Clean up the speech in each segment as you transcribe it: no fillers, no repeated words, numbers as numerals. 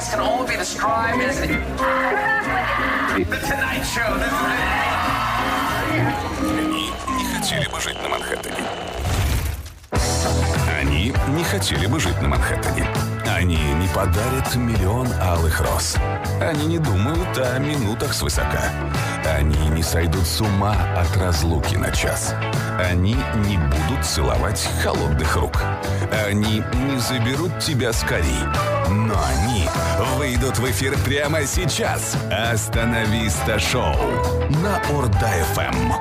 podcast can only be described as the Tonight Show. Они не хотели бы жить на Манхэттене. Они не хотели бы жить на Манхэттене. Они не подарят миллион алых роз. Они не думают о минутах свысока. Они не сойдут с ума от разлуки на час. Они не будут целовать холодных рук. Они не заберут тебя скорей. Но они выйдут в эфир прямо сейчас. «Остановиста шоу» на Орда-ФМ.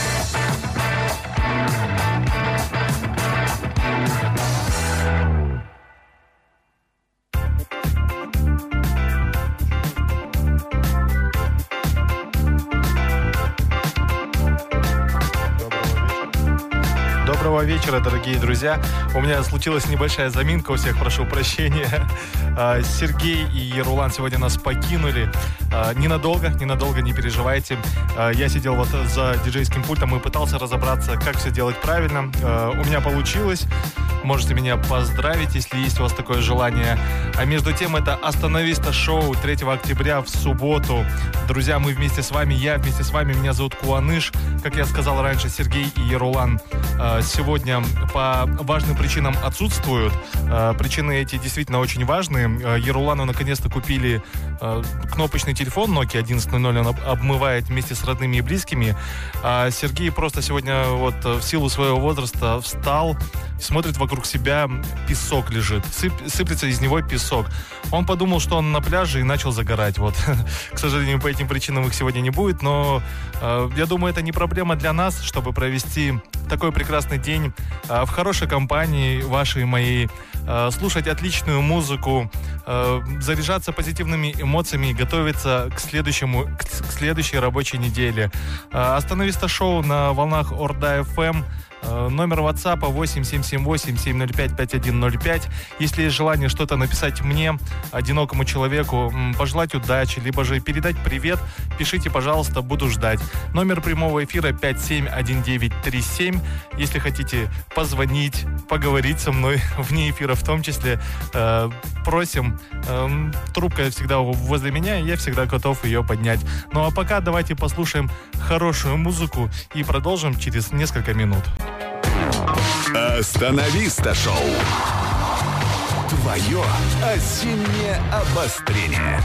Доброго вечера, дорогие друзья. У меня случилась небольшая заминка, у всех прошу прощения. Сергей и Ерулан сегодня нас покинули. Ненадолго, не переживайте. Я сидел вот за диджейским пультом и пытался разобраться, как все делать правильно. У меня получилось. Можете меня поздравить, если есть у вас такое желание. А между тем, это «Остановиста шоу» 3 октября в субботу. Друзья, мы вместе с вами, я вместе с вами. Меня зовут Куаныш. Как я сказал раньше, Сергей и Ерулан сегодня по важным причинам отсутствуют. Причины эти действительно очень важные. Ерулану наконец-то купили кнопочный телефон Nokia 1100. Он обмывает вместе с родными и близкими. А Сергей просто сегодня вот в силу своего возраста встал, смотрит вокруг себя, песок лежит. Сыплется из него песок. Он подумал, что он на пляже и начал загорать. Вот. К сожалению, по этим причинам их сегодня не будет, но я думаю, это не проблема для нас, чтобы провести такой прекрасный день в хорошей компании вашей и моей, слушать отличную музыку, заряжаться позитивными эмоциями и готовиться к следующей рабочей неделе. «Остановиста шоу» на волнах Орда-ФМ. Номер WhatsApp 8778-705-5105. Если есть желание что-то написать мне, одинокому человеку, пожелать удачи, либо же передать привет, пишите, пожалуйста, буду ждать. Номер прямого эфира 571937. Если хотите позвонить, поговорить со мной вне эфира в том числе, просим. Трубка всегда возле меня, и я всегда готов ее поднять. Ну а пока давайте послушаем хорошую музыку и продолжим через несколько минут. «Остановиста шоу». Твое осеннее обострение.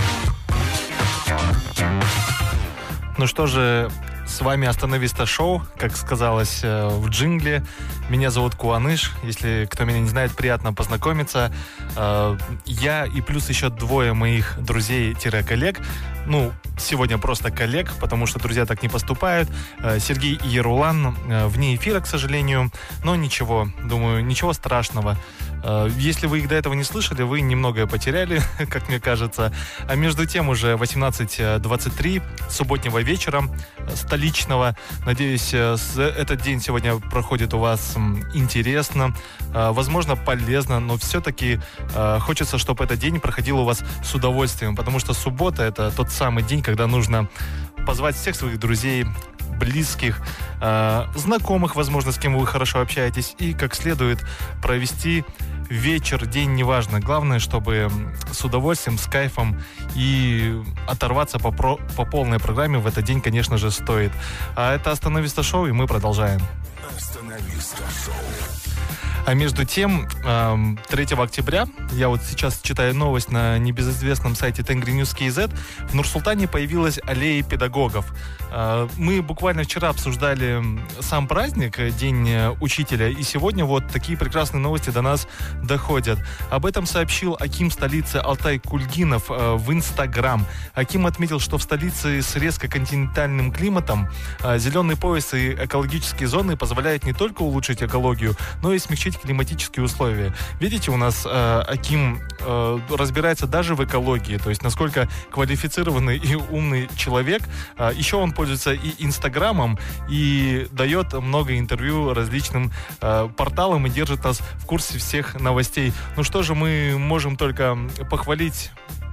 Ну что же, с вами «Остановиста шоу», как сказалось в джингле. Меня зовут Куаныш. Если кто меня не знает, приятно познакомиться. Я и плюс еще двое моих друзей-коллег. Ну, сегодня просто коллег, потому что друзья так не поступают. Сергей и Ерулан вне эфира, к сожалению. Но ничего, думаю, ничего страшного. Если вы их до этого не слышали, вы немногое потеряли, как мне кажется. А между тем уже 18:23 субботнего вечера столичного. Надеюсь, этот день сегодня проходит у вас интересно, возможно, полезно, но все-таки хочется, чтобы этот день проходил у вас с удовольствием, потому что суббота — это тот самый день, когда нужно позвать всех своих друзей, близких, знакомых, возможно, с кем вы хорошо общаетесь, и как следует провести вечер, день, неважно. Главное, чтобы с удовольствием, с кайфом, и оторваться по полной программе в этот день, конечно же, стоит. А это «Остановиста шоу», и мы продолжаем. «Остановиста шоу». А между тем, 3 октября, я вот сейчас читаю новость на небезызвестном сайте Tengri News KZ, в Нур-Султане появилась аллея педагогов. Мы буквально вчера обсуждали сам праздник, День учителя, и сегодня вот такие прекрасные новости до нас доходят. Об этом сообщил аким столицы Алтай Кульгинов в Инстаграм. Аким отметил, что в столице с резко континентальным климатом зеленый пояс и экологические зоны позволяют не только улучшить экологию, но и смягчить климатические условия. Видите, у нас аким разбирается даже в экологии, то есть насколько квалифицированный и умный человек. Еще он пользуется и Инстаграмом, и дает много интервью различным порталам и держит нас в курсе всех новостей. Ну что же, мы можем только похвалить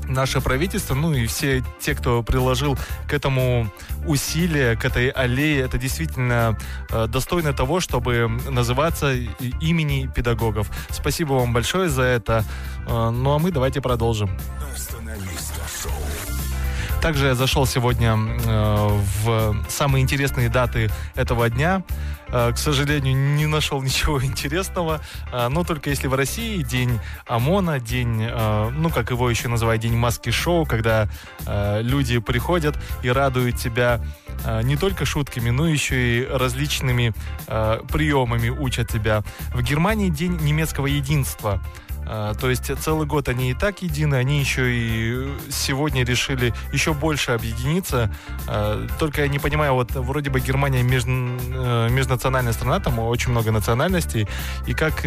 наше правительство, ну и все те, кто приложил к этому усилия, к этой аллее, это действительно достойно того, чтобы называться имени педагогов. Спасибо вам большое за это. Ну а мы давайте продолжим. Также я зашел сегодня в самые интересные даты этого дня. К сожалению, не нашел ничего интересного, но только если в России день ОМОНа, день, ну, как его еще называют, день маски-шоу, когда люди приходят и радуют тебя не только шутками, но еще и различными приемами учат тебя. В Германии день немецкого единства. То есть целый год они и так едины, они еще и сегодня решили еще больше объединиться. Только я не понимаю, вот вроде бы Германия межнациональная страна, там очень много национальностей, и как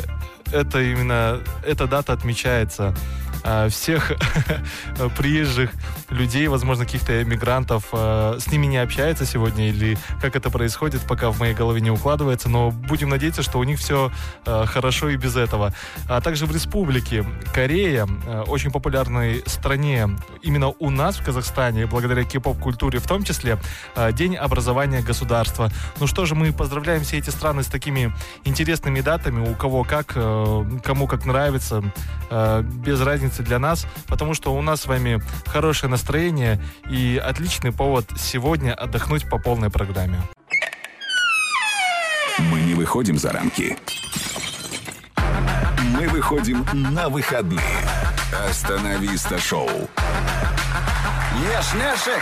эта дата отмечается. Всех приезжих людей, возможно, каких-то эмигрантов, с ними не общается сегодня, или как это происходит, пока в моей голове не укладывается, но будем надеяться, что у них все хорошо и без этого. А также в Республике Корея, очень популярной стране, именно у нас в Казахстане, благодаря кей-поп-культуре в том числе, День образования государства. Ну что же, мы поздравляем все эти страны с такими интересными датами, у кого как, кому как нравится, без разницы для нас, потому что у нас с вами хорошее настроение и отличный повод сегодня отдохнуть по полной программе. Мы не выходим за рамки. Мы выходим на выходные. Остановиста шоу. Ешь, Нешик!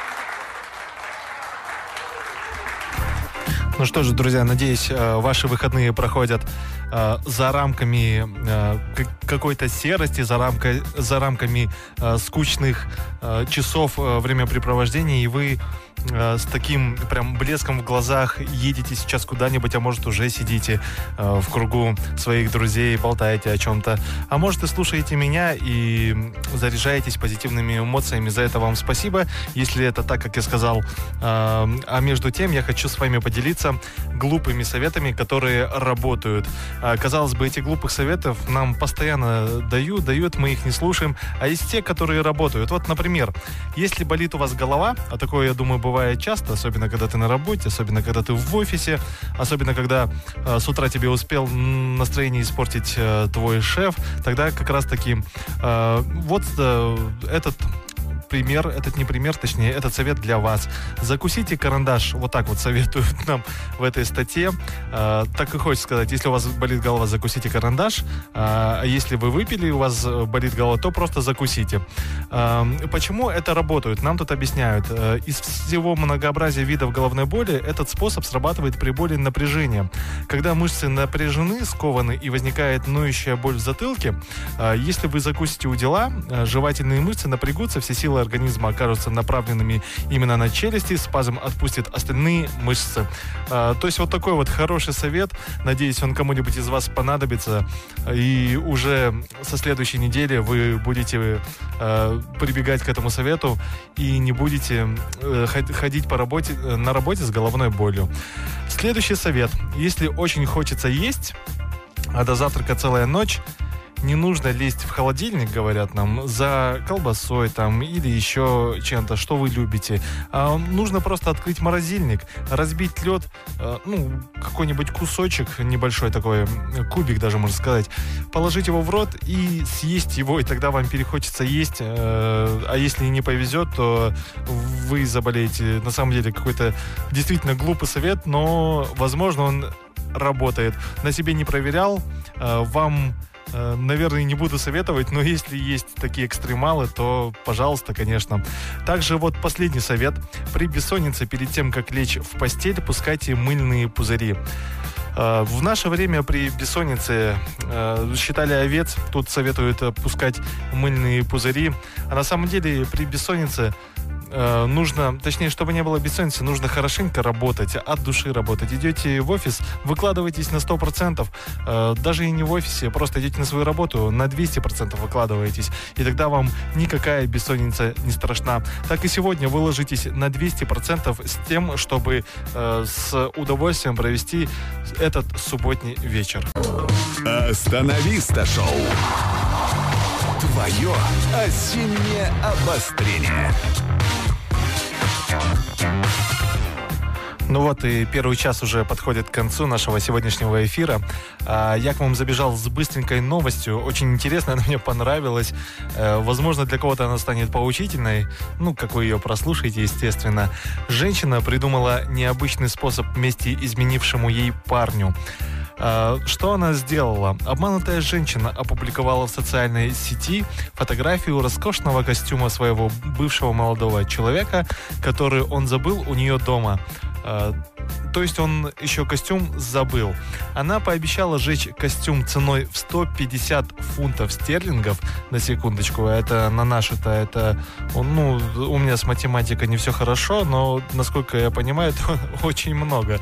Ну что же, друзья, надеюсь, ваши выходные проходят за рамками какой-то серости, за рамками скучных часов времяпрепровождения, и вы с таким прям блеском в глазах едете сейчас куда-нибудь, а может уже сидите в кругу своих друзей, болтаете о чем-то, а может и слушаете меня и заряжаетесь позитивными эмоциями. За это вам спасибо, если это так, как я сказал. А между тем я хочу с вами поделиться глупыми советами, которые работают. Казалось бы, эти глупых советов нам постоянно дают, мы их не слушаем, а есть те, которые работают. Вот, например, если болит у вас голова, а такое, я думаю, бывает часто, особенно когда ты на работе, особенно когда ты в офисе, особенно когда с утра тебе успел настроение испортить твой шеф, тогда как раз-таки этот совет для вас. Закусите карандаш. Вот так вот советуют нам в этой статье. Так и хочется сказать, если у вас болит голова, закусите карандаш. А если вы выпили, у вас болит голова, то просто закусите. Почему это работает? Нам тут объясняют. Из всего многообразия видов головной боли этот способ срабатывает при боли напряжения. Когда мышцы напряжены, скованы и возникает ноющая боль в затылке, если вы закусите у дела, жевательные мышцы напрягутся, все силы организма окажутся направленными именно на челюсти, спазм отпустит остальные мышцы. То есть вот такой вот хороший совет. Надеюсь, он кому-нибудь из вас понадобится, и уже со следующей недели вы будете прибегать к этому совету и не будете ходить на работе с головной болью. Следующий совет. Если очень хочется есть, а до завтрака целая ночь, не нужно лезть в холодильник, говорят нам, за колбасой там или еще чем-то, что вы любите. Нужно просто открыть морозильник, разбить лед, какой-нибудь кусочек небольшой такой, кубик даже, можно сказать, положить его в рот и съесть его, и тогда вам перехочется есть. А если не повезет, то вы заболеете. На самом деле какой-то действительно глупый совет, но, возможно, он работает. На себе не проверял, вам... Наверное, не буду советовать, но если есть такие экстремалы, то, пожалуйста, конечно. Также вот последний совет. При бессоннице, перед тем, как лечь в постель, пускайте мыльные пузыри. В наше время при бессоннице считали овец, тут советуют пускать мыльные пузыри. А на самом деле при бессоннице нужно, точнее, чтобы не было бессонницы, нужно хорошенько работать, от души работать. Идете в офис, выкладываетесь на 100%, даже и не в офисе, просто идете на свою работу, на 200% выкладываетесь, и тогда вам никакая бессонница не страшна. Так и сегодня вы ложитесь на 200% с тем, чтобы с удовольствием провести этот субботний вечер. Остановиста шоу. Твое осеннее обострение. Ну вот и первый час уже подходит к концу нашего сегодняшнего эфира. Я к вам забежал с быстренькой новостью. Очень интересно, она мне понравилась. Возможно, для кого-то она станет поучительной. Ну, как вы ее прослушаете, естественно. Женщина придумала необычный способ мести изменившему ей парню. Что она сделала? Обманутая женщина опубликовала в социальной сети фотографию роскошного костюма своего бывшего молодого человека, который он забыл у нее дома. То есть он еще костюм забыл. Она пообещала сжечь костюм ценой в 150 фунтов стерлингов, на секундочку, это на наши-то, это, ну, у меня с математикой не все хорошо, но, насколько я понимаю, это очень много.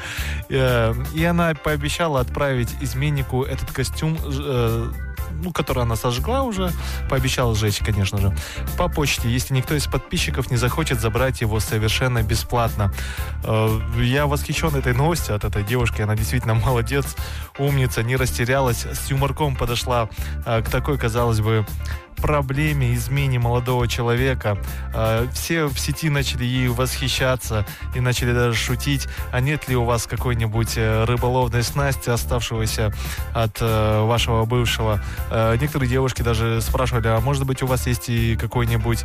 И она пообещала отправить изменнику этот костюм, ну, который она сожгла уже, пообещала сжечь, конечно же, по почте, если никто из подписчиков не захочет забрать его совершенно бесплатно. Я восхищен этой новостью от этой девушки, она действительно молодец, умница, не растерялась, с юморком подошла к такой, казалось бы, проблеме, измене молодого человека. Все в сети начали ей восхищаться и начали даже шутить, а нет ли у вас какой-нибудь рыболовной снасти, оставшегося от вашего бывшего. Некоторые девушки даже спрашивали, а может быть у вас есть и какое-нибудь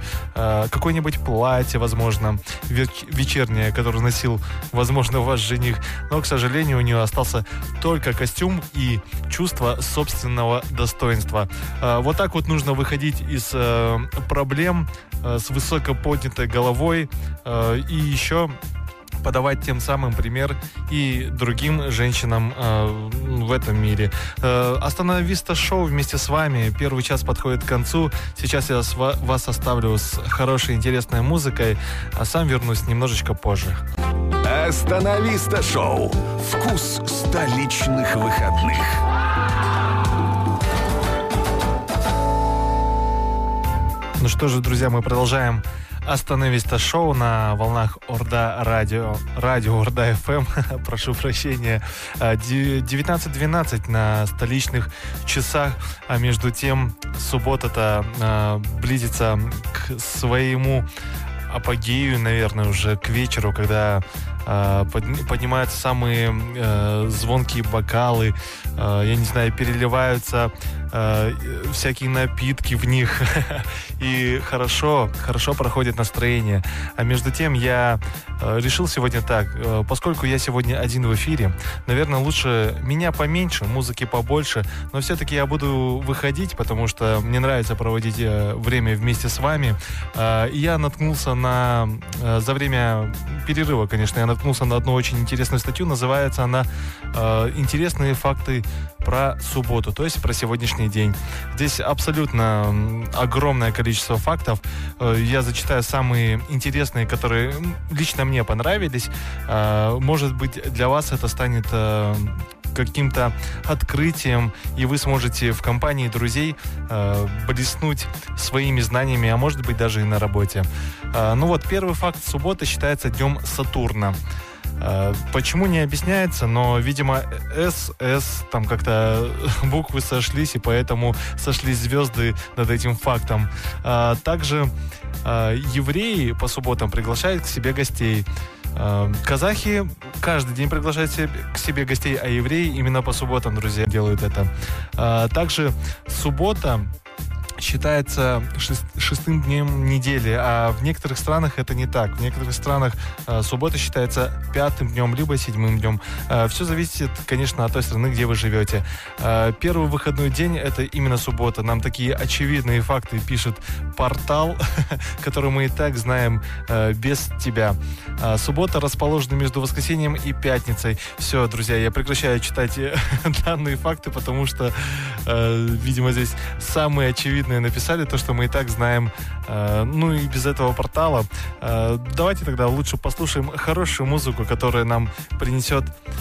платье, возможно, вечернее, которое носил, возможно, ваш жених. Но, к сожалению, у нее остался только костюм и чувство собственного достоинства. Вот так вот нужно выходить из проблем с высоко поднятой головой и еще подавать тем самым пример и другим женщинам в этом мире. Остановиста шоу вместе с вами. Первый час подходит к концу. Сейчас я вас оставлю с хорошей, интересной музыкой, а сам вернусь немножечко позже. Остановиста шоу. Вкус столичных выходных. Ну что же, друзья, мы продолжаем Остановиста шоу на волнах Орда радио Орда FM, прошу прощения, 19:12 на столичных часах, а между тем суббота-то близится к своему апогею, наверное, уже к вечеру, когда поднимаются самые звонкие бокалы, я не знаю, переливаются всякие напитки в них, и хорошо проходит настроение. А между тем я решил сегодня так, поскольку я сегодня один в эфире, наверное, лучше меня поменьше, музыки побольше, но все-таки я буду выходить, потому что мне нравится проводить время вместе с вами. И я наткнулся за время перерыва, конечно, я наткнулся на одну очень интересную статью, называется она «Интересные факты про субботу», то есть про сегодняшний день. Здесь абсолютно огромное количество фактов. Я зачитаю самые интересные, которые лично мне понравились. Может быть, для вас это станет каким-то открытием, и вы сможете в компании друзей блеснуть своими знаниями, а может быть даже и на работе. Ну вот, первый факт: суббота считается днем Сатурна. Почему, не объясняется, но, видимо, там как-то буквы сошлись, и поэтому сошлись звезды над этим фактом. Также евреи по субботам приглашают к себе гостей. Казахи каждый день приглашают к себе гостей, а евреи именно по субботам, друзья, делают это. Также суббота считается шестым днем недели, а в некоторых странах это не так. В некоторых странах суббота считается 5-м днем, либо 7-м днем. Все зависит, конечно, от той страны, где вы живете. Первый выходной день — это именно суббота. Нам такие очевидные факты пишет портал, который мы и так знаем без тебя. Суббота расположена между воскресеньем и пятницей. Все, друзья, я прекращаю читать данные факты, потому что, видимо, здесь самые очевидные написали то, что мы и так знаем, ну и без этого портала. Давайте тогда лучше послушаем хорошую музыку, которая нам принесет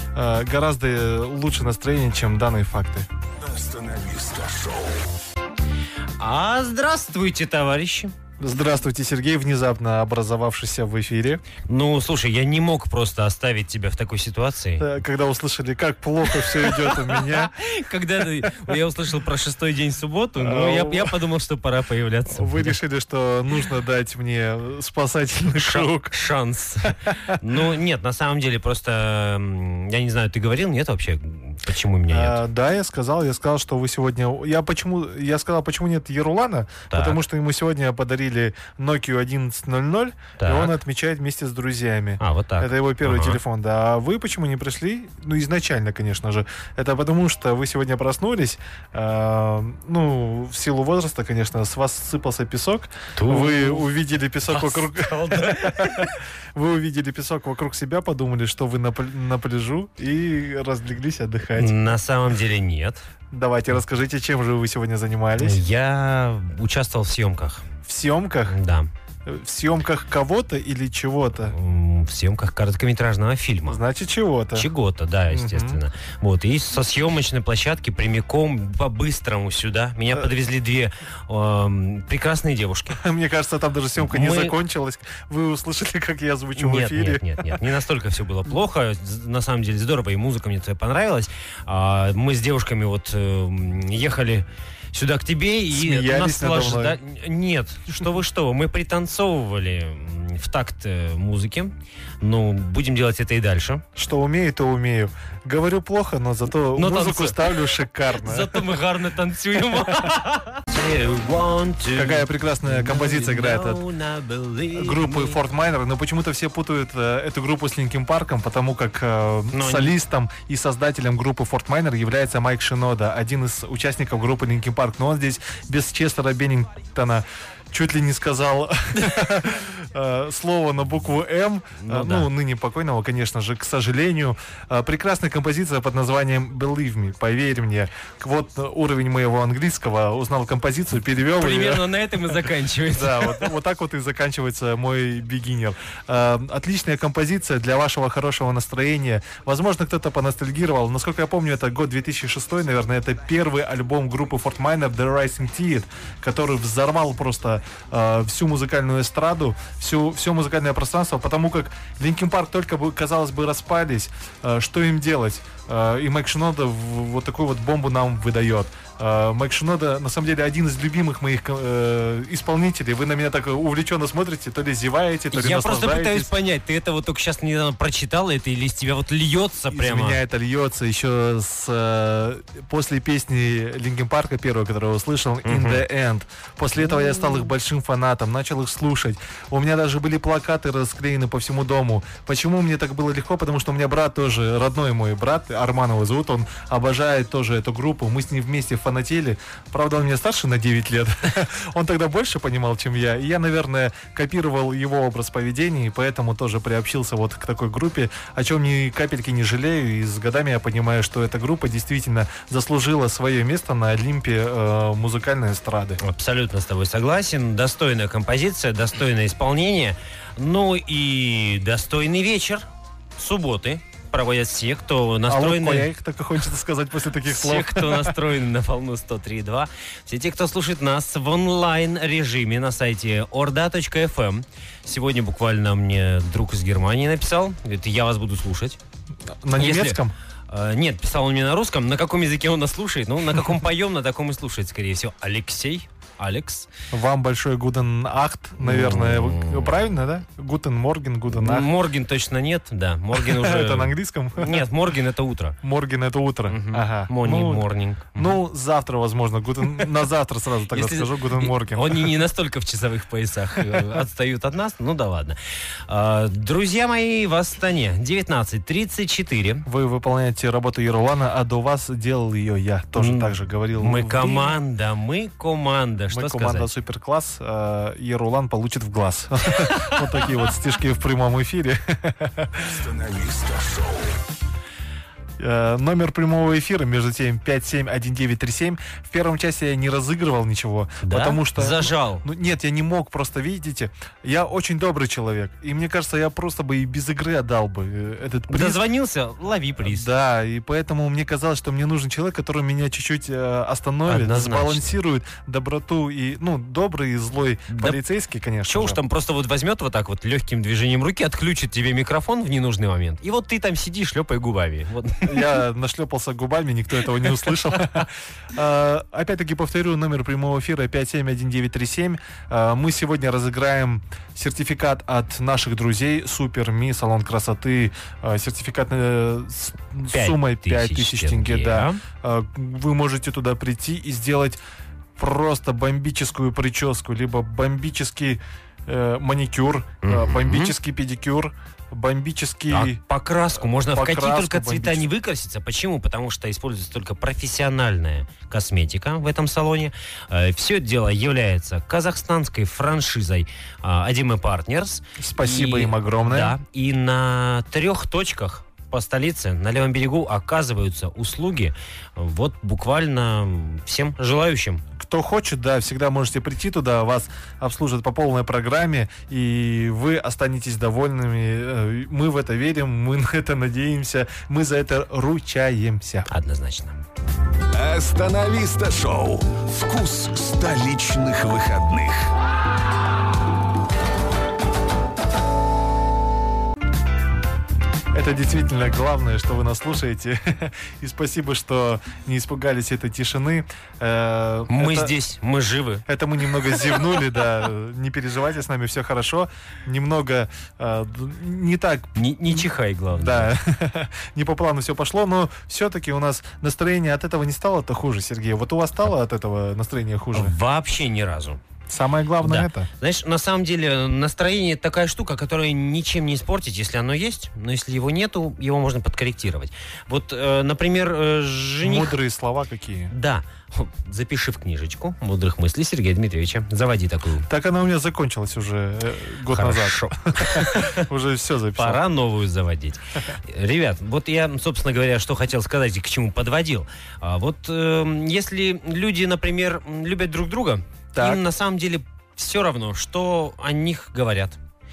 гораздо лучше настроение, чем данные факты. Остановиста шоу. Здравствуйте, товарищи. Здравствуйте, Сергей, внезапно образовавшийся в эфире. Ну, слушай, я не мог просто оставить тебя в такой ситуации. Когда услышали, как плохо все идет у меня. Когда я услышал про 6-й день субботу, я подумал, что пора появляться. Вы решили, что нужно дать мне спасательный круг. Шанс. Ну, нет, на самом деле, просто, я не знаю, ты говорил, нет вообще, почему меня нет? Да, я сказал, что вы сегодня... Я сказал, почему нет Ерулана, потому что ему сегодня подарили Nokia 1100, и он отмечает вместе с друзьями. Вот так. Это его первый телефон, да. А вы почему не пришли? Ну, изначально, конечно же. Это потому, что вы сегодня проснулись, в силу возраста, конечно, с вас сыпался песок. Вы увидели песок вокруг... Вы увидели песок вокруг себя, подумали, что вы на пляжу, и разлеглись отдыхать. На самом деле нет. Давайте, расскажите, чем же вы сегодня занимались? Я участвовал в съемках. В съемках? Да. В съемках кого-то или чего-то? В съемках короткометражного фильма. Значит, чего-то. Чего-то, да, естественно. Вот, и со съемочной площадки прямиком по-быстрому сюда. Меня подвезли две прекрасные девушки. Мне кажется, там даже съемка не закончилась. Вы услышали, как я звучу в эфире? Нет. Не настолько все было плохо. На самом деле здорово, и музыка мне твоя понравилась. Мы с девушками ехали сюда к тебе и наслаждались. Нет, что вы, мы пританцовывали в такт музыки. Ну, будем делать это и дальше. Что умею, то умею. Говорю плохо, но зато музыку ставлю шикарно. Зато мы гарно танцуем. Какая прекрасная композиция играет от группы Fort Minor, но почему-то все путают эту группу с Линкин Парком, потому как солистом и создателем группы Fort Minor является Майк Шинода, один из участников группы Линкин Парк. Но он здесь без Честера Беннингтона чуть ли не сказал слово на букву «М», ныне покойного, конечно же, к сожалению. Прекрасная композиция под названием «Believe Me», «Поверь мне». Вот уровень моего английского. Узнал композицию, перевел ее. Примерно на этом и заканчивается. Да, вот так вот и заканчивается мой бигинер. Отличная композиция для вашего хорошего настроения. Возможно, кто-то поностальгировал. Насколько я помню, это год 2006, наверное. Это первый альбом группы Fort Minor «The Rising Tide», который взорвал просто всю музыкальную эстраду, все музыкальное пространство, потому как Линкин Парк только бы, казалось бы, распались. Что им делать? И Майк Шинода вот такую вот бомбу нам выдает. Майк Шинода, на самом деле, один из любимых моих исполнителей. Вы на меня так увлеченно смотрите, то ли зеваете, то ли я наслаждаетесь. Я просто пытаюсь понять, ты это вот только сейчас недавно прочитал это, или из тебя вот льется прямо? Из меня это льется еще после песни Линкин Парка, первой, которую я услышал, In the End. После этого я стал их большим фанатом, начал их слушать. У меня даже были плакаты расклеены по всему дому. Почему мне так было легко? Потому что у меня брат тоже, родной мой брат, Арман его зовут, он обожает тоже эту группу. Мы с ним вместе фанатели. Правда, он меня старше на 9 лет. Он тогда больше понимал, чем я. И я, наверное, копировал его образ поведения, и поэтому тоже приобщился вот к такой группе, о чем ни капельки не жалею. И с годами я понимаю, что эта группа действительно заслужила свое место на Олимпе музыкальной эстрады. Абсолютно с тобой согласен. Достойная композиция, достойное исполнение. Ну и достойный вечер субботы проводят все, кто настроены... я их так и хочется сказать после таких слов. Все, кто настроены на волну 103.2. Все те, кто слушает нас в онлайн-режиме на сайте orda.fm. Сегодня буквально мне друг из Германии написал. Говорит, я вас буду слушать. На немецком? Нет, писал он мне на русском. На каком языке он нас слушает? Ну, на каком поем, на таком и слушает, скорее всего. Алексей. Алекс. Вам большой гуден ахт, наверное. Правильно, да? Гутен морген, гуден ахт. Морген точно нет, да. Морген уже... Это на английском? Нет, морген это утро. Морген это утро. Ага. Морнинг. Ну, завтра, возможно. На завтра сразу тогда скажу гуден морген. Они не настолько в часовых поясах отстают от нас. Ну да ладно. Друзья мои в Астане. 19:34. Вы выполняете работу Ерулана, а до вас делал ее я. Тоже так же говорил. Мы команда. Что команда сказать? суперкласс. Ерулан получит в глаз. Вот такие вот стишки в прямом эфире. Номер прямого эфира, между тем, 571937. В первом часе я не разыгрывал ничего, да? Потому что... Зажал. Нет, я не мог, просто, видите, я очень добрый человек. И мне кажется, я просто бы и без игры отдал бы этот приз. Дозвонился, лови приз. Да, и поэтому мне казалось, что мне нужен человек, который меня чуть-чуть остановит, однозначно сбалансирует доброту и, добрый и злой полицейский, конечно. Что уж там, просто вот возьмет вот так вот легким движением руки, отключит тебе микрофон в ненужный момент. И вот ты там сидишь, шлепай губами. Вот. Я нашлепался губами, никто этого не услышал. Опять-таки повторю, номер прямого эфира 571937. Мы сегодня разыграем сертификат от наших друзей Супер Ми, салон красоты. Сертификат с суммой 5000 тенге. Да. Вы можете туда прийти и сделать просто бомбическую прическу, либо бомбический маникюр, бомбический педикюр, бомбический... покраску. Можно в какие только цвета не выкраситься. Почему? Потому что используется только профессиональная косметика в этом салоне. Все дело является казахстанской франшизой Adime Partners. Спасибо им огромное. Да, и на 3 точках по столице, на левом берегу, оказываются услуги вот буквально всем желающим. Кто хочет, да, всегда можете прийти туда, вас обслужат по полной программе, и вы останетесь довольными. Мы в это верим, мы на это надеемся, мы за это ручаемся. Однозначно. Остановиста шоу. Вкус столичных выходных. Это действительно главное, что вы нас слушаете. И спасибо, что не испугались этой тишины. Мы здесь, мы живы. Это мы немного зевнули, да. Не переживайте, с нами все хорошо. Немного не так... Не чихай, главное. Да. Не по плану все пошло, но все-таки у нас настроение от этого не стало-то хуже, Сергей. Вот у вас стало от этого настроение хуже? Вообще ни разу. Самое главное это. Знаешь, на самом деле настроение такая штука, которую ничем не испортить, если оно есть, но если его нету, его можно подкорректировать. Вот, например, жених... Мудрые слова какие. Да. Запиши в книжечку мудрых мыслей Сергея Дмитриевича. Заводи такую. Так она у меня закончилась уже год Хорошо. назад. Уже все записал. Пора новую заводить. Ребят, вот я, собственно говоря, что хотел сказать и к чему подводил. Вот если люди, например, любят друг друга, им на самом деле все равно, что о них говорят.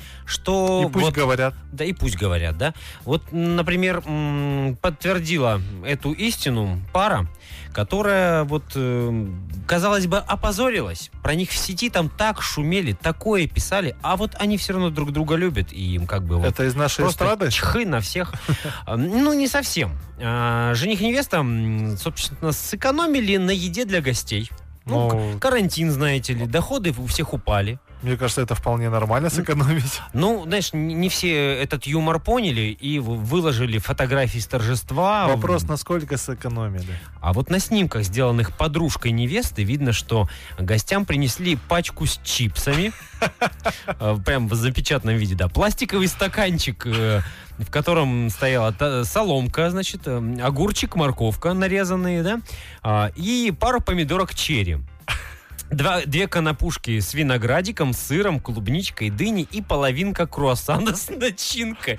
Что и пусть говорят. Да, и пусть говорят, да. Вот, например, подтвердила эту истину пара, которая, вот, казалось бы, опозорилась. Про них в сети там так шумели, такое писали, а вот они все равно друг друга любят, и им как бы вот... Это из нашей эстрады? Чхы на всех. Ну, не совсем. Жених и невеста, собственно, сэкономили на еде для гостей. Ну, карантин, знаете ли, доходы у всех упали. Мне кажется, это вполне нормально сэкономить. Ну, знаешь, не все этот юмор поняли и выложили фотографии с торжества. Вопрос, насколько сэкономили. А вот на снимках, сделанных подружкой невесты, видно, что гостям принесли пачку с чипсами. Прям в запечатанном виде, да. Пластиковый стаканчик, в котором стояла соломка, значит, огурчик, морковка нарезанные, да, и пару помидорок черри. 2 конопушки с виноградиком, сыром, клубничкой, дыней и половинка круассана с начинкой.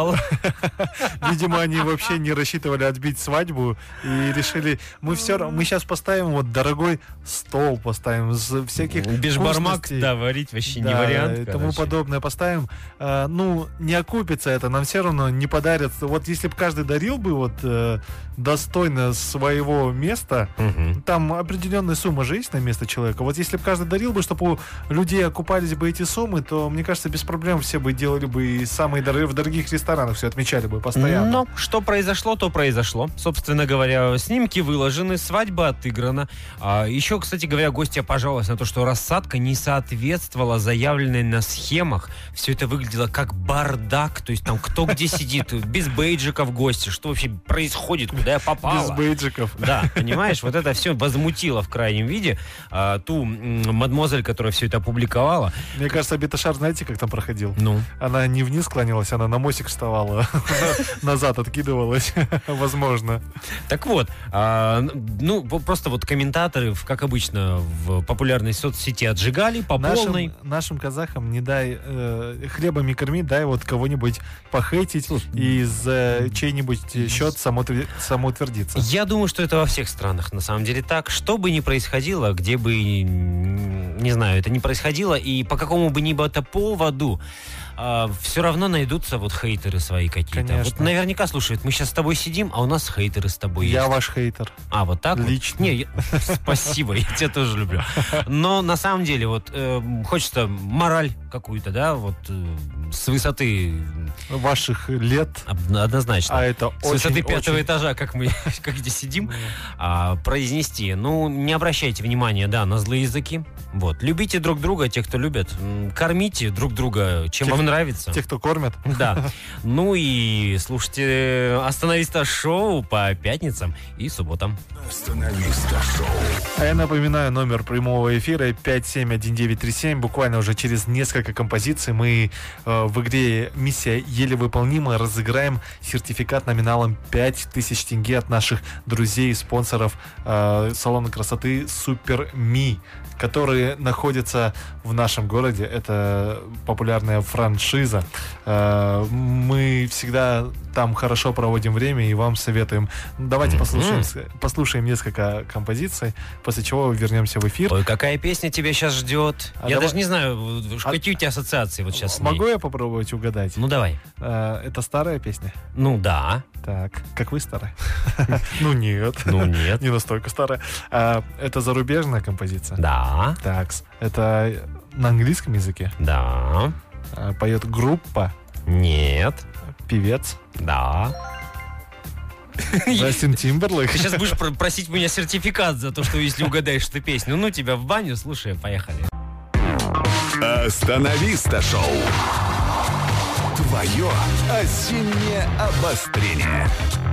Видимо, они вообще не рассчитывали отбить свадьбу и решили, мы сейчас поставим вот дорогой стол, поставим из всяких бешбармак, да, варить вообще не вариант. И тому подобное поставим. Ну, не окупится это, нам все равно не подарят. Вот если бы каждый дарил бы вот достойно своего места, там определенная сумма же есть на место человека. Вот если бы каждый дарил бы, чтобы у людей окупались бы эти суммы, то, мне кажется, без проблем все бы делали бы и самые в дорогих ресторанах все отмечали бы постоянно. Но что произошло, то произошло. Собственно говоря, снимки выложены, свадьба отыграна. Еще, кстати говоря, гостья пожаловалась на то, что рассадка не соответствовала заявленной на схемах. Все это выглядело как бардак. То есть там кто где сидит, без бейджиков гости. Что вообще происходит, куда я попала? Без бейджиков. Да, понимаешь, вот это все возмутило в крайнем виде. ту мадемуазель, которая все это опубликовала. Мне кажется, Беташар, знаете, как там проходил? Ну? Она не вниз склонилась, она на мостик вставала, назад откидывалась, возможно. Так вот, просто вот комментаторы, как обычно, в популярной соцсети отжигали по полной. Нашим казахам не дай хлебом не корми, дай вот кого-нибудь похейтить и за чей-нибудь счет самоутвердиться. Я думаю, что это во всех странах на самом деле так. Что бы ни происходило, где бы, не знаю, это не происходило, и по какому бы ни было поводу, все равно найдутся вот хейтеры свои какие-то. Конечно. Вот наверняка слушают, мы сейчас с тобой сидим, а у нас хейтеры с тобой есть. Я ваш хейтер. А, вот так? Лично. Не, спасибо, я тебя тоже люблю. Но на самом деле вот хочется мораль какую-то, да, вот с высоты... Ваших лет. Однозначно. А это с высоты 5-го этажа, как мы как здесь сидим, произнести. Ну, не обращайте внимания, да, на злые языки. Вот. Любите друг друга, те, кто любят. Кормите друг друга, чем вам нравится. Те, кто кормят. Да. Ну и слушайте «Остановиста» шоу по пятницам и субботам. «Остановиста» шоу. А я напоминаю, номер прямого эфира 571937. Буквально уже через несколько композиций мы в игре «Миссия еле выполнима» разыграем сертификат номиналом 5000 тенге от наших друзей и спонсоров салона красоты Super Me, которые находятся в нашем городе. Это популярная франшиза. Мы всегда там хорошо проводим время и вам советуем. Давайте послушаем несколько композиций, после чего вернемся в эфир. Ой, какая песня тебя сейчас ждет? Я даже не знаю, какие у тебя ассоциации вот сейчас с ней. Могу я попробовать угадать? Ну, давай. Это старая песня? Ну, да. Так, как вы старая? Ну, нет. Ну, нет. Не настолько старая. Это зарубежная композиция? Да. Так, это на английском языке? Да. Поет группа? Нет. Певец? Да. Джастин Тимберлейк? Ты сейчас будешь просить меня сертификат за то, что если угадаешь эту песню. Ну, тебя в баню, слушай, поехали. «Остановиста» шоу. Твое осеннее обострение.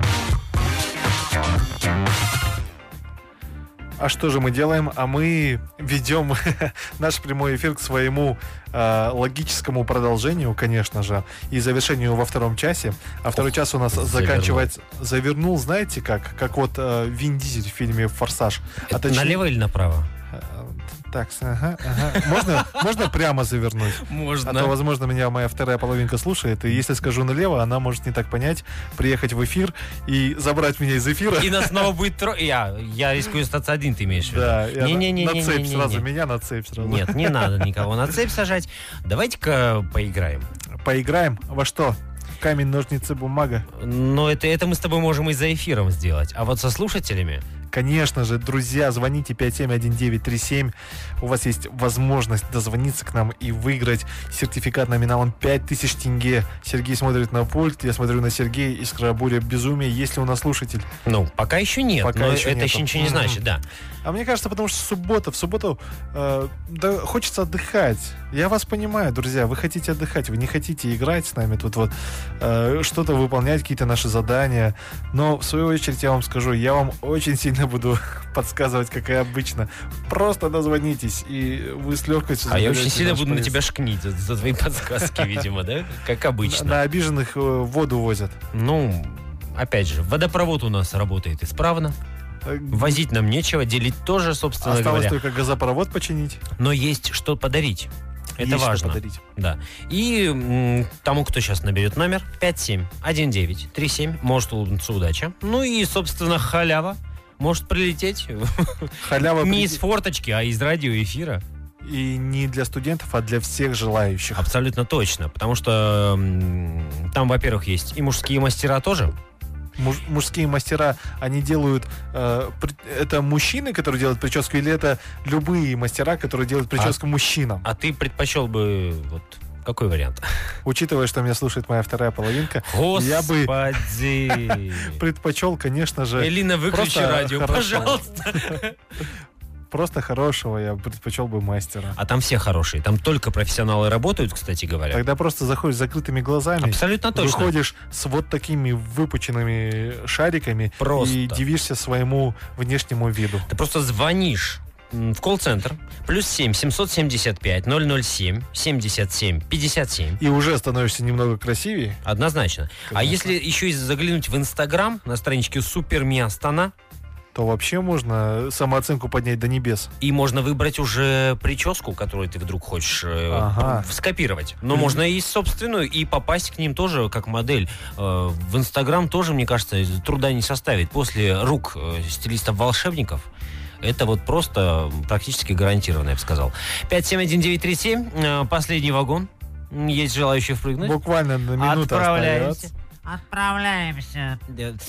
А что же мы делаем? А мы ведем наш прямой эфир к своему логическому продолжению, конечно же, и завершению во втором часе. А второй час у нас заканчивается... Завернул, знаете как? Как вот Вин Дизель в фильме «Форсаж». Налево или направо? Так, ага. Можно прямо завернуть? Можно. А то, возможно, меня моя вторая половинка слушает, и если скажу налево, она может не так понять, приехать в эфир и забрать меня из эфира. И нас снова будет трое. Я рискую остаться один, ты имеешь в виду? Да, на цепь сразу, меня на цепь сразу. Нет, не надо никого на цепь сажать. Давайте-ка поиграем. Поиграем? Во что? Камень, ножницы, бумага? Но это мы с тобой можем и за эфиром сделать. А вот со слушателями... Конечно же, друзья, звоните 571937. У вас есть возможность дозвониться к нам и выиграть сертификат номиналом 5000 тенге. Сергей смотрит на пульт, я смотрю на Сергея, искра, буря, безумие. Есть ли у нас слушатель? Ну, пока еще нет, пока но еще это еще ничего не значит, да. А мне кажется, потому что в субботу да, хочется отдыхать. Я вас понимаю, друзья, вы хотите отдыхать, вы не хотите играть с нами, тут вот что-то выполнять, какие-то наши задания. Но, в свою очередь, я вам скажу, я вам очень сильно буду подсказывать, как и обычно. Просто дозвонитесь, и вы с легкостью... А я очень сильно буду на тебя шкнить за твои подсказки, видимо, да? Как обычно. На обиженных воду возят. Ну, опять же, водопровод у нас работает исправно. Возить нам нечего, делить тоже, собственно говоря. Осталось только газопровод починить. Но есть что подарить. Это есть важно. Что подарить. Да. И тому, кто сейчас наберет номер 571937, может улыбнуться удача. Ну и, собственно, халява может прилететь. Халява не из форточки, а из радиоэфира. И не для студентов, а для всех желающих. Абсолютно точно. Потому что там, во-первых, есть и мужские мастера тоже. Мужские мастера, они делают... это мужчины, которые делают прическу, или это любые мастера, которые делают прическу мужчинам? А ты предпочел бы... вот какой вариант? Учитывая, что меня слушает моя вторая половинка, Господи. Я бы предпочел, конечно же... Элина, выключи радио, пожалуйста. Просто хорошего я предпочел бы мастера. А там все хорошие. Там только профессионалы работают, кстати говоря. Тогда просто заходишь с закрытыми глазами. Абсолютно точно. Выходишь с вот такими выпученными шариками просто. И дивишься своему внешнему виду. Ты просто звонишь в колл-центр +7 775 007 77 57. И уже становишься немного красивее. Однозначно. Конечно. А если еще и заглянуть в Инстаграм на страничке Суперми Астана, то вообще можно самооценку поднять до небес. И можно выбрать уже прическу, которую ты вдруг хочешь скопировать. Но можно и собственную, и попасть к ним тоже как модель. В Инстаграм тоже, мне кажется, труда не составит. После рук стилистов-волшебников это вот просто практически гарантированно, я бы сказал. 571937, последний вагон. Есть желающие впрыгнуть. Буквально на минуту остается. Отправляемся.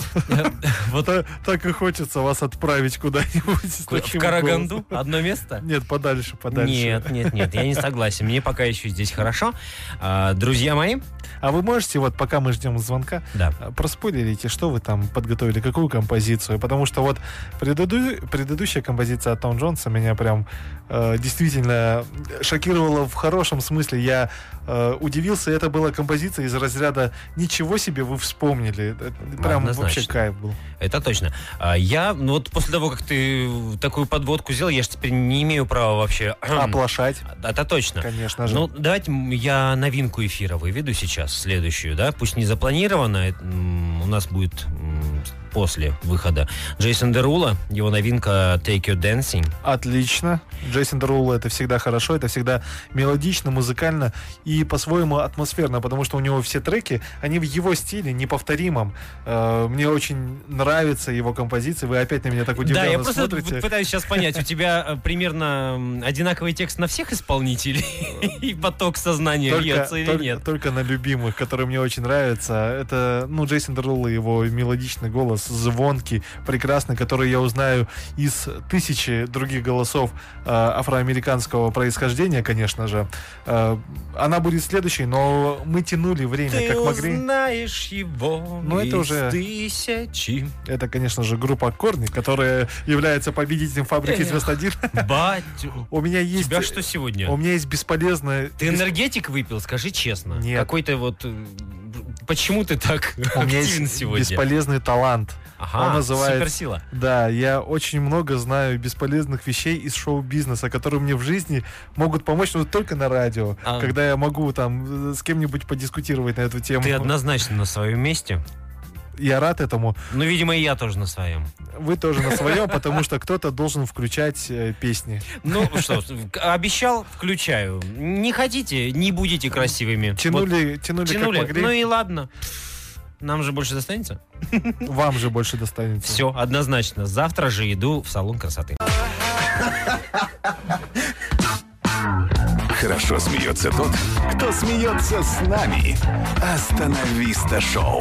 Вот так и хочется вас отправить куда-нибудь. В Караганду? Одно место? Нет, подальше. Нет, я не согласен. Мне пока еще здесь хорошо. Друзья мои. А вы можете, вот пока мы ждем звонка, проспойлерите, что вы там подготовили, какую композицию? Потому что вот предыдущая композиция от Том Джонса меня прям действительно шокировала в хорошем смысле. Я удивился, это была композиция из разряда «Ничего себе, вы вспомнили». Прям вообще кайф был. Это точно. Я, вот после того, как ты такую подводку сделал, я же теперь не имею права вообще... Оплошать. Это точно. Конечно же. Ну, давайте я новинку эфира выведу сейчас, следующую, да? Пусть не запланировано, у нас будет после выхода Джейсон Дерула, его новинка Take You Dancing. Отлично. Джейсон Дерула — это всегда хорошо, это всегда мелодично, музыкально и по-своему атмосферно, потому что у него все треки, они в его стиле, неповторимом. Мне очень нравятся его композиции. Вы опять на меня так удивленно смотрите. Да, я просто пытаюсь сейчас понять, у тебя примерно одинаковый текст на всех исполнителей и поток сознания льется или нет? Только на любимых, которые мне очень нравятся. Это, Джейсон Дерула, его мелодичный голос, звонкий, прекрасный, который я узнаю из тысячи других голосов афроамериканского происхождения, конечно же. Она будет следующей, но мы тянули время, как могли. Ты узнаешь его это уже тысячи. Это, конечно же, группа Корни, которая является победителем «Фабрики звезд 1». Батю, у меня есть... Тебя что сегодня? У меня есть бесполезная... Ты энергетик выпил, скажи честно. Нет. Какой-то вот... Почему ты так у меня активен есть сегодня? Бесполезный талант. Ага, он называется... суперсила. Да, я очень много знаю бесполезных вещей из шоу-бизнеса, которые мне в жизни могут помочь, только на радио, когда я могу там с кем-нибудь подискутировать на эту тему. Ты однозначно на своем месте. Я рад этому. Ну, видимо, и я тоже на своем. Вы тоже на своем, потому что кто-то должен включать песни. Ну что, обещал, включаю. Не хотите, не будете красивыми. Тянули как могли. Ну и ладно. Нам же больше достанется? Вам же больше достанется. Все, однозначно. Завтра же иду в салон красоты. Хорошо смеется тот, кто смеется с нами. Остановиста шоу.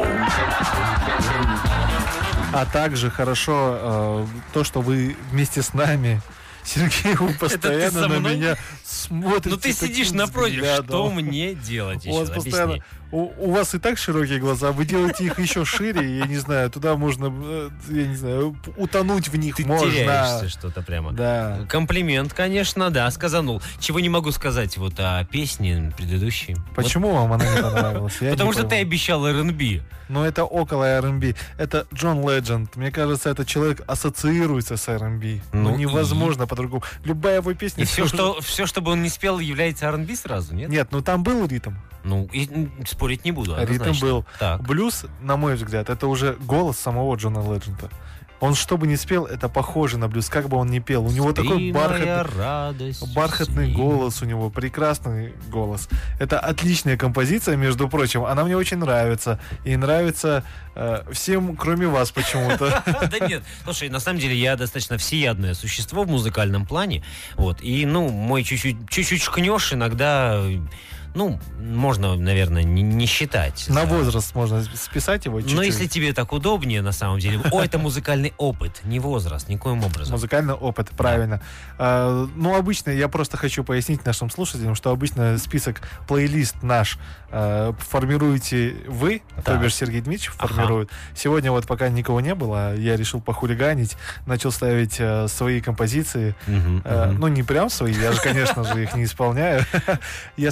А также хорошо то, что вы вместе с нами. Сергей, вы постоянно на меня смотрите. Ну ты сидишь напротив, что мне делать еще? Постоянно... У вас и так широкие глаза, вы делаете их еще шире, я не знаю, туда можно, утонуть в них ты можно. Ты теряешься что-то прямо. Да. Комплимент, конечно, да, сказанул. Чего не могу сказать вот о песне предыдущей. Почему вам она не понравилась? Потому что ты обещал R&B. Но это около R&B. Это Джон Ледженд. Мне кажется, этот человек ассоциируется с R&B. Невозможно по-другому. Любая его песня... И все, чтобы он не спел, является R&B сразу, нет? Нет, там был ритм. И спорить не буду. Ритм был. Так. Блюз, на мой взгляд, это уже голос самого Джона Ледженда. Он что бы ни спел, это похоже на блюз, как бы он ни пел. У него такой бархатный голос, у него прекрасный голос. Это отличная композиция, между прочим. Она мне очень нравится. И нравится всем, кроме вас почему-то. Да нет, слушай, на самом деле я достаточно всеядное существо в музыкальном плане. И, мой чуть-чуть шкнешь иногда... можно, наверное, не считать. На возраст можно списать его чуть-чуть. Но если тебе так удобнее, на самом деле. Это музыкальный опыт, не возраст, никоим образом. Музыкальный опыт, правильно. Да. Обычно, я просто хочу пояснить нашим слушателям, что обычно список, плейлист наш формируете вы, то бишь Сергей Дмитриевич формирует. Сегодня пока никого не было, я решил похулиганить, начал ставить свои композиции. Не прям свои, я же, конечно же, их не исполняю. Я ставил композиции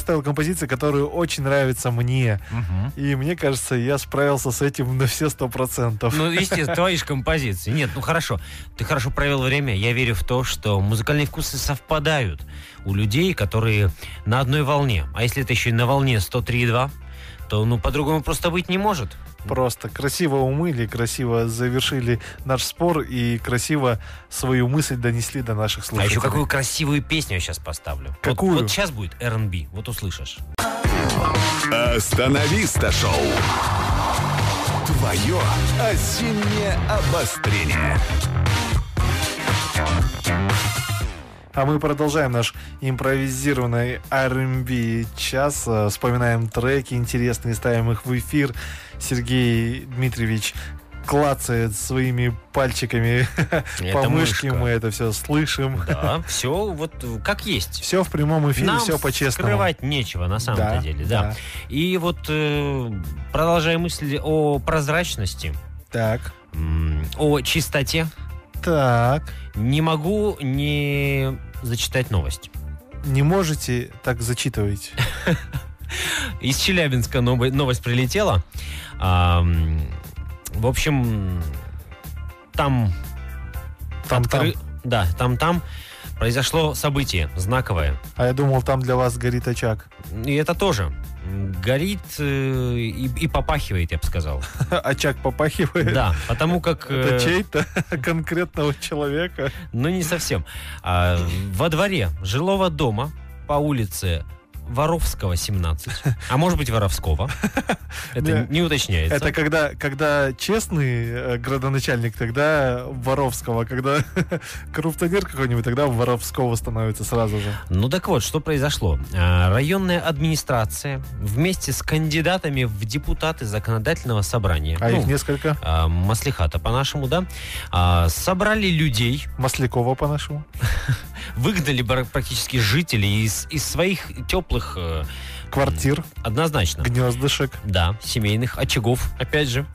композиция, которая очень нравится мне. И мне кажется, я справился с этим на все 100%. Ну, естественно, твои же композиции. Нет, ну хорошо. Ты хорошо провел время. Я верю в то, что музыкальные вкусы совпадают у людей, которые на одной волне. А если это еще и на волне 103,2, то ну по-другому просто быть не может. Просто красиво умыли, красиво завершили наш спор и красиво свою мысль донесли до наших А слушателей. еще какую красивую песню я сейчас поставлю. Какую? Вот сейчас будет R&B, вот услышишь. Остановиста шоу. Твое осеннее обострение. А мы продолжаем наш импровизированный R&B час. Вспоминаем треки интересные, ставим их в эфир. Сергей Дмитриевич клацает своими пальчиками по мышке. Мы это все слышим. Да, все вот как есть. Все в прямом эфире, Нам все по-честному. скрывать нечего на самом-то деле, да. И вот продолжая мысли о прозрачности, Так. о чистоте, Так. не могу не зачитать новость. Не можете, так зачитывайте. Из Челябинска новость прилетела. В общем, там да, там произошло событие знаковое. А я думал, там для вас горит очаг. И это тоже горит и попахивает, я бы сказал. Очаг попахивает? Да, потому как... Это чей-то конкретного человека? Ну, не совсем. Во дворе жилого дома по улице Воровского, 17. А может быть, Воровского. Это не уточняется. Это когда честный градоначальник, тогда Воровского. Когда коррупционер какой-нибудь, тогда Воровского становится сразу же. Ну так вот, что произошло. Районная администрация вместе с кандидатами в депутаты законодательного собрания. А их несколько? Маслихата по-нашему, да. Собрали людей. Маслякова по-нашему. Выгнали практически жителей из своих теплых квартир. Однозначно. Гнездышек. Да, семейных очагов, опять же.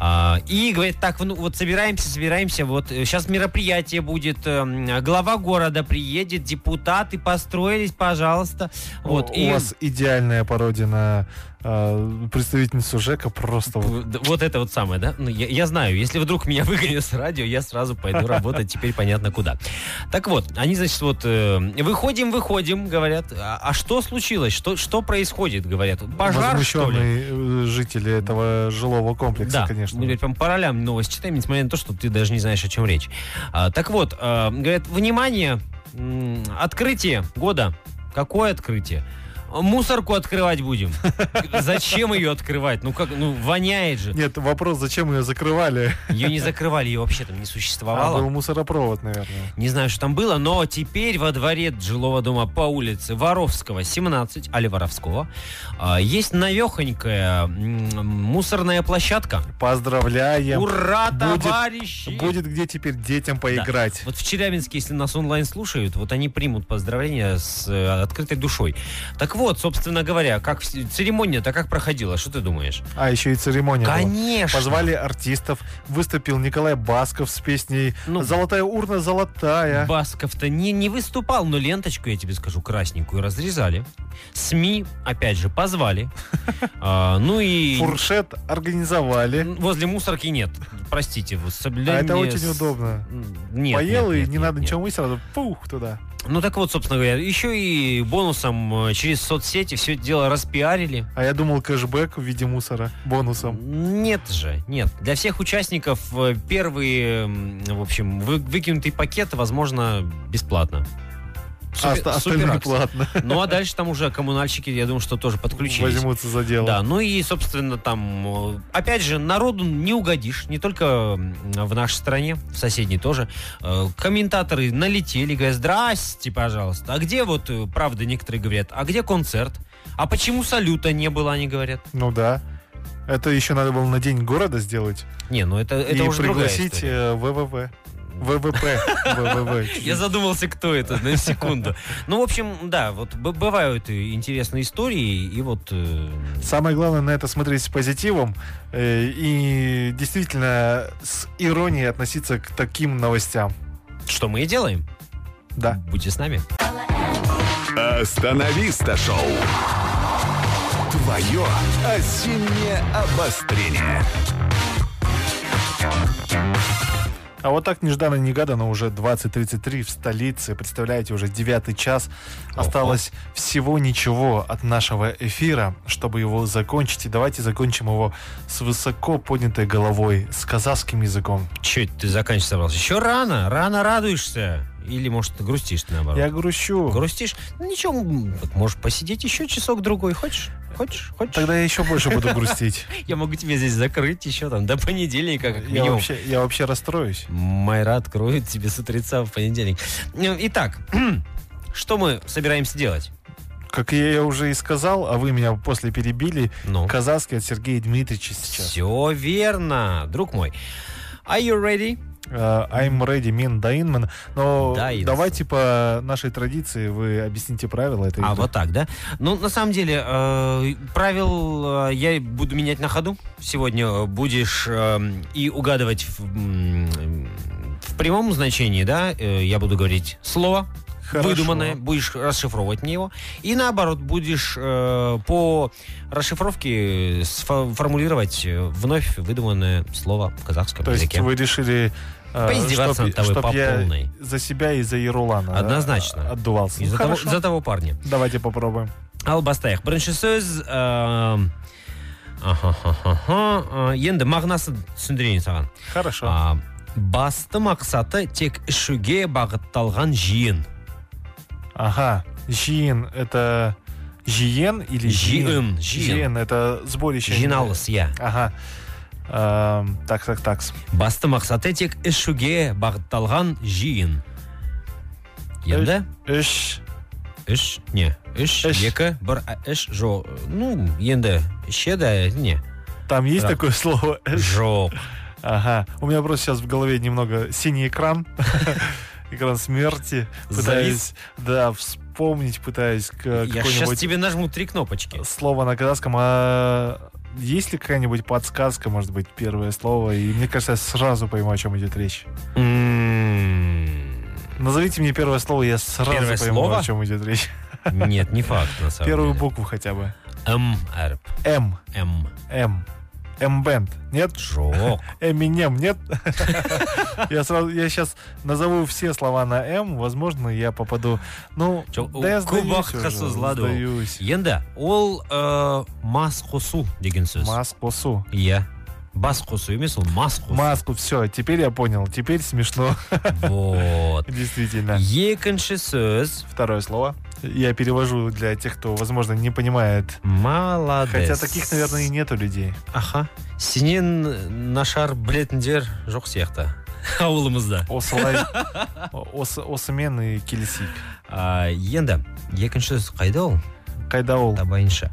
И говорит, так, ну вот собираемся, вот сейчас мероприятие будет, глава города приедет, депутаты построились, пожалуйста. Вот, у вас идеальная пародия на представительницу ЖЭКа просто. Вот это вот самое, да? Ну, я знаю, если вдруг меня выгонят с радио, я сразу пойду работать, теперь понятно куда. Так вот, они, значит, вот выходим, говорят, а что случилось? Что происходит, говорят? Пожар, что ли? Возмущенные жители этого жилого комплекса, да, конечно. Мы прям по ролям новость читаем, несмотря на то, что ты даже не знаешь, о чем речь. Так вот, говорят, внимание, открытие года. Какое открытие? Мусорку открывать будем. Зачем ее открывать? Ну как, воняет же. Нет, вопрос, зачем ее закрывали? Ее не закрывали, ее вообще там не существовало. Был мусоропровод, наверное. Не знаю, что там было, но теперь во дворе жилого дома по улице Воровского, 17, али Воровского, есть навехонькая мусорная площадка. Поздравляем. Ура, товарищи! Будет где теперь детям поиграть. Да. Вот в Челябинске, если нас онлайн слушают, вот они примут поздравления с открытой душой. Так вот, собственно говоря, как церемония-то как проходила? Что ты думаешь? А, еще и церемония Конечно. была. Позвали артистов. Выступил Николай Басков с песней «Золотая урна, золотая». Басков-то не выступал, но ленточку, я тебе скажу, красненькую разрезали. СМИ, опять же, позвали. Ну и... Фуршет организовали. Возле мусорки нет. Простите. А это очень удобно. Нет. Поел, и не надо ничего мыть, сразу пух туда. Ну так вот, собственно говоря, еще и бонусом через соцсети все это дело распиарили. А я думал, кэшбэк в виде мусора бонусом. Нет же, нет. Для всех участников первый, в общем, выкинутый пакет, возможно, бесплатно. Остальные платно. Ну, а дальше там уже коммунальщики, я думаю, что тоже подключились. Возьмутся за дело. Да, ну и, собственно, там, опять же, народу не угодишь. Не только в нашей стране, в соседней тоже. Комментаторы налетели, говорят, здрасте, пожалуйста. А где вот, правда, некоторые говорят, а где концерт? А почему салюта не было, они говорят. Ну да. Это еще надо было на День города сделать. Не, ну это уже другая история. И пригласить ВВП. Я задумался, кто это, на секунду. Ну, в общем, да, вот бывают интересные истории, и вот... Самое главное на это смотреть с позитивом и действительно с иронией относиться к таким новостям. Что мы и делаем. Да. Будьте с нами. Остановиста шоу. Твое осеннее обострение. А вот так нежданно-негаданно уже 20:33 в столице. Представляете, уже 9-й час. Осталось всего ничего от нашего эфира, чтобы его закончить. И давайте закончим его с высоко поднятой головой, с казахским языком. Че ты заканчивать собрался? Еще рано. Рано радуешься. Или, может, ты грустишь, наоборот? Я грущу. Грустишь? Ну, ничего, можешь посидеть еще часок-другой. Хочешь? Хочешь? Тогда я еще больше буду грустить. Я могу тебе здесь закрыть еще там до понедельника, как минимум. Я вообще расстроюсь. Майра откроет тебе с утреца в понедельник. Итак, что мы собираемся делать? Как я уже и сказал, а вы меня после перебили, Ну? казахский от Сергея Дмитриевича сейчас. Все верно, друг мой. Are you ready? I'm ready, мен дайынмын. Но Дайынсың. давайте по нашей традиции вы объясните правила этой игры. Вот так, да? Ну, на самом деле, правил я буду менять на ходу. Сегодня будешь и угадывать в прямом значении, да? Я буду говорить слово Хорошо. выдуманное, будешь расшифровывать мне его. И наоборот, будешь по расшифровке формулировать вновь выдуманное слово в казахском То есть языке. вы решили, Поиздеваться над тобой по я полной. за себя и за Ерулана Однозначно. отдувался. И за того парня. Давайте попробуем. Албастаях. Бірінші сөз енді мағынасын түсіндірейін саған. Хорошо. Басты мақсаты тек ішуге бағытталған жиын. Ага. Жиын это жиен или Жиын. Жиен это сборище. Жиналыс, иә. Ага. Так. Басты мақсаты тек ішуге бағытталған жиын. Енді? Үш. Үш, не. Үш, Үш. екі, бір, үш, жоқ. Ну, енді, ішеді, не. Там есть Да. такое слово? Жоқ. Ага. У меня просто сейчас в голове немного синий экран. Экран смерти. Пытаюсь, вспомнить, пытаюсь Я сейчас какое-нибудь тебе нажму 3 кнопочки. слово на казахском. А есть ли какая-нибудь подсказка, может быть, первое слово? И мне кажется, я сразу пойму, о чем идет речь. Назовите мне первое слово, я сразу Первое пойму, слово? о чем идет речь. Нет, не факт, на самом Первую деле. букву хотя бы. Әріп. М. М-бенд. Нет? Жоқ. Эминем. Нет? Я сейчас назову все слова на М. Возможно, я попаду. Ну, да я сдаюсь уже. Сдаюсь. Енді, ол мас қосу деген сөз. Мас қосу. Иә. Бас қосу емес, ол мас қосу. Маску, все, теперь я понял. Теперь смешно. Вот. Действительно. Екінші сөз. Второе слово. Я перевожу для тех, кто, возможно, не понимает. Молодец. Хотя таких, наверное, и нету людей. Аха. Сенен нашар білетіндер жоқ сияқты. Ауылымызда. Осымен и келісейік. Енді, екінші сөз қайда ол? Қайда ол? Табайынша.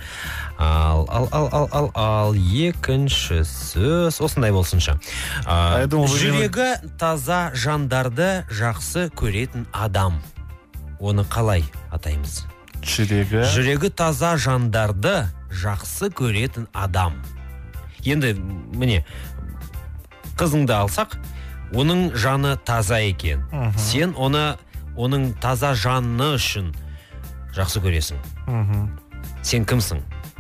Ал, екінші сөз. Осындай болсынша. Я думал, вы Жүрегі таза жандарды жақсы көретін адам. Оны қалай атаймыз? Жүрегі таза жандарды жақсы көретін адам. Енді, міне, қызыңды алсақ, оның жаны таза екен. Сен оның таза жаны үшін жақсы көресің. Сен кімсің?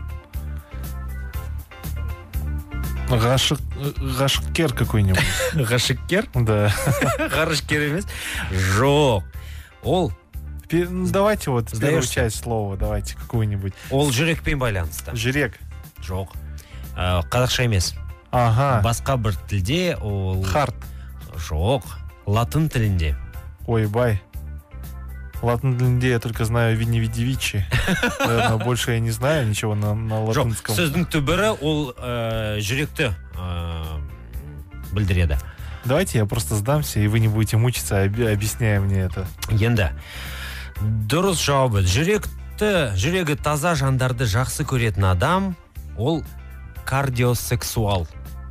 Ғашықкер какой-нибудь. Ғашықкер? Да. Ғарышкер емес? Жоқ. Ол Давайте вот первую Сдаешься? часть слова, давайте какую-нибудь. Ол жүрекпен байланысты. Жүрек. Жоқ. Қазақша емес. Ага. Басқа бір тілде ол... Харт. Жоқ. Латын тілінде. Ой-бай. Латын тілінде я только знаю Винни-Види-Вичи. Наверное, больше я не знаю ничего на Жоқ. латынском. Сөздің түбірі ол жүректі білдіреді. Давайте я просто сдамся, и вы не будете мучиться, объясняя мне это. Енді, дұрыс жауабы. Жүрегі таза жандарды жақсы көретін адам, ол кардиосексуал.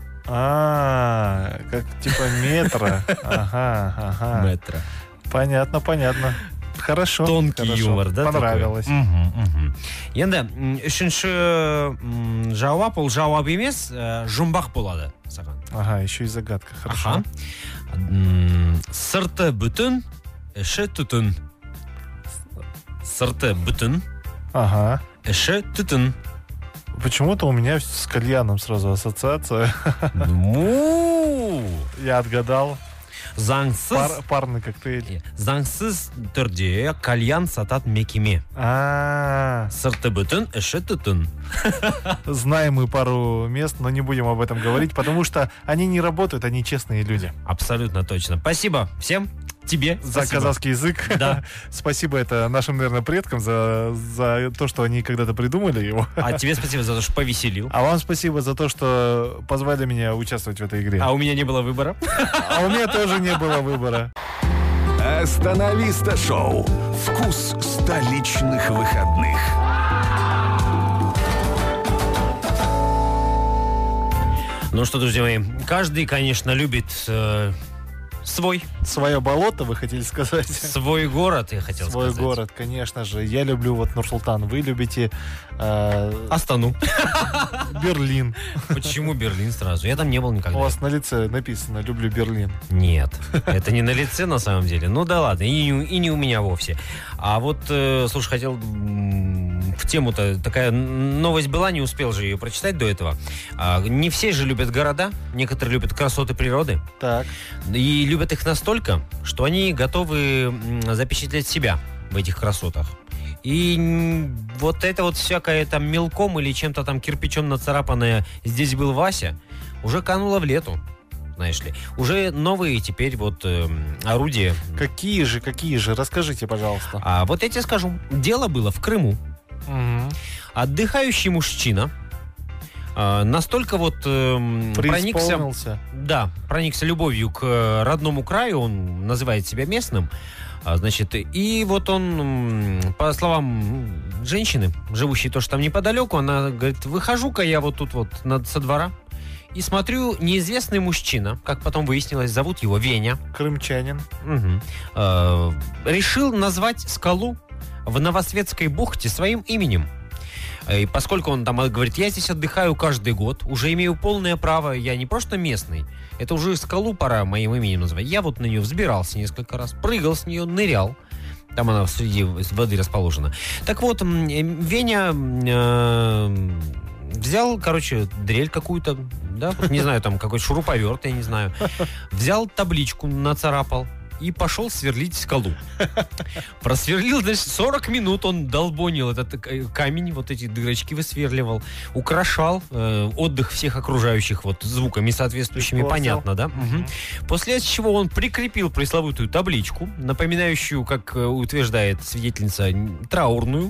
Как типа метро. Ага. Метро. Понятно. Хорошо. Тонкий хорошо. юмор, да? Понравилось. Енді, үшінші жауап, ол жауап емес, жұмбақ болады саған. Ага, еще и загадка. Хорошо. Сырты бүтін, іші түтін. Сырты бүтін, Ага. іші түтін. Почему-то у меня с кальяном сразу ассоциация. Я отгадал. Парный коктейль. Заңсыз түрде кальян сатат мекеме. Сырты бүтін, іші түтін. Знаем мы пару мест, но не будем об этом говорить, потому что они не работают, они честные люди. Абсолютно точно. Спасибо всем. Тебе за спасибо. Казахский язык. Да. Спасибо это нашим, наверное, предкам за то, что они когда-то придумали его. А тебе спасибо за то, что повеселил. А вам спасибо за то, что позвали меня участвовать в этой игре. А у меня не было выбора. А у меня тоже не было выбора. Остановиста шоу. Вкус столичных выходных. Ну что, друзья мои, каждый, конечно, любит Свое болото, вы хотели сказать? Свой город, я хотел сказать. Свой город, конечно же. Я люблю вот Нур-Султан. Вы любите... Астану. Берлин. Почему Берлин сразу? Я там не был никогда. У вас на лице написано «Люблю Берлин». Нет, это не на лице на самом деле. Ну да ладно, и не у меня вовсе. А вот, слушай, хотел... В тему-то такая новость была, не успел же ее прочитать до этого. Не все же любят города, некоторые любят красоты природы. Так. И любят их настолько, что они готовы запечатлеть себя в этих красотах. И вот это вот всякое там мелком или чем-то там кирпичом нацарапанное «здесь был Вася» уже кануло в лету. Знаешь ли, уже новые теперь вот орудия. Какие же? Расскажите, пожалуйста. Вот я тебе скажу. Дело было в Крыму. Отдыхающий мужчина настолько вот проникся любовью к родному краю, он называет себя местным, значит, и вот он, по словам женщины, живущей тоже там неподалеку, она говорит: выхожу-ка я вот тут вот со двора и смотрю, неизвестный мужчина, как потом выяснилось, зовут его Веня. Крымчанин. Решил назвать скалу в Новосветской бухте своим именем. И поскольку он там говорит: я здесь отдыхаю каждый год, уже имею полное право, я не просто местный, это уже скалу пора моим именем называть. Я вот на нее взбирался несколько раз, прыгал с нее, нырял. Там она среди воды расположена. Так вот, Веня взял, короче, дрель какую-то, да, не знаю, там какой-то шуруповерт, я не знаю. Взял табличку, нацарапал и пошел сверлить скалу. Просверлил, значит, 40 минут он долбонил этот камень, вот эти дырочки высверливал, украшал отдых всех окружающих вот звуками соответствующими, понятно, да? После чего он прикрепил пресловутую табличку, напоминающую, как утверждает свидетельница, траурную.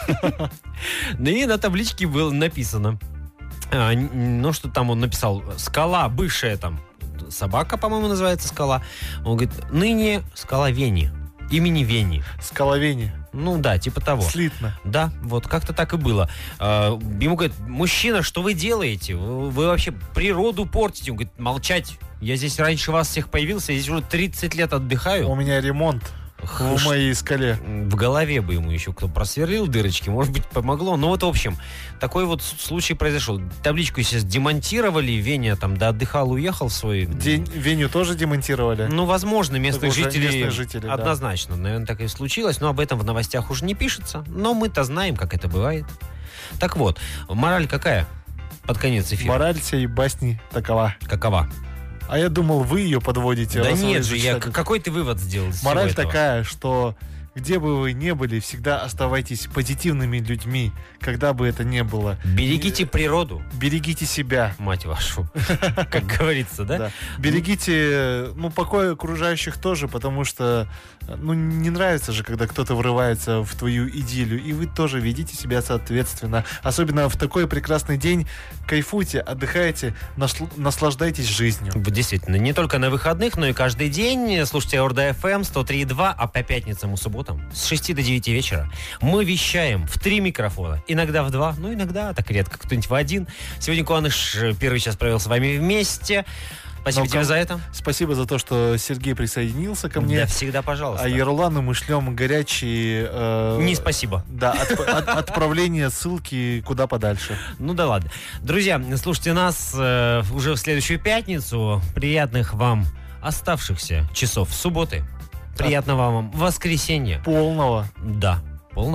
И на табличке было написано, ну что там он написал: скала, бывшая там собака, по-моему, называется скала. Он говорит: ныне скала Вени, имени Вени. Скала Вени. Ну да, типа того. Слитно. Да, вот как-то так и было. Ему говорят: мужчина, что вы делаете? Вы вообще природу портите. Он говорит: молчать. Я здесь раньше вас всех появился, я здесь уже 30 лет отдыхаю. У меня ремонт в моей скале. В голове бы ему еще кто просверлил дырочки, может быть, помогло. Ну вот, в общем, такой вот случай произошел. Табличку сейчас демонтировали, Веня там отдыхал, уехал в свой... Веню тоже демонтировали? Ну, возможно, местных жителей однозначно. Да. Наверное, так и случилось, но об этом в новостях уже не пишется. Но мы-то знаем, как это бывает. Так вот, мораль какая под конец эфира? Мораль сей басни такова. Какова? А я думал, вы ее подводите. Да нет же, какой ты вывод сделал? Мораль такая, что где бы вы ни были, всегда оставайтесь позитивными людьми, когда бы это ни было. Берегите природу. Берегите себя. Мать вашу. Как говорится, да? Берегите, покой окружающих тоже, потому что, не нравится же, когда кто-то врывается в твою идиллию, и вы тоже ведите себя соответственно. Особенно в такой прекрасный день. Кайфуйте, отдыхайте, наслаждайтесь жизнью. Действительно, не только на выходных, но и каждый день. Слушайте ОРД-ФМ 103.2, а по пятницам и субботам с 6 до 9 вечера мы вещаем в 3 микрофона. Иногда в 2, иногда, так редко, кто-нибудь в 1. Сегодня Куаныш первый час провел с вами вместе. Спасибо тебе за это. Спасибо за то, что Сергей присоединился ко мне. Да, всегда, пожалуйста. А Ерулану мы шлем горячие... Не спасибо. Да, отправление ссылки куда подальше. Ну да ладно. Друзья, слушайте нас уже в следующую пятницу. Приятных вам оставшихся часов субботы. Приятного вам воскресенья. Полного. Да, полного.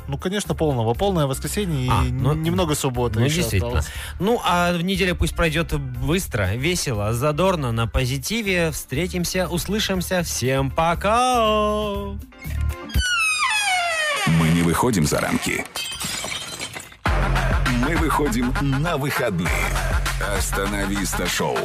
Ну, конечно, полного. Полное воскресенье и немного субботы еще действительно. осталось. Ну, а неделя пусть пройдет быстро, весело, задорно, на позитиве. Встретимся, услышимся. Всем пока! Мы не выходим за рамки. Мы выходим на выходные. Остановиста шоу.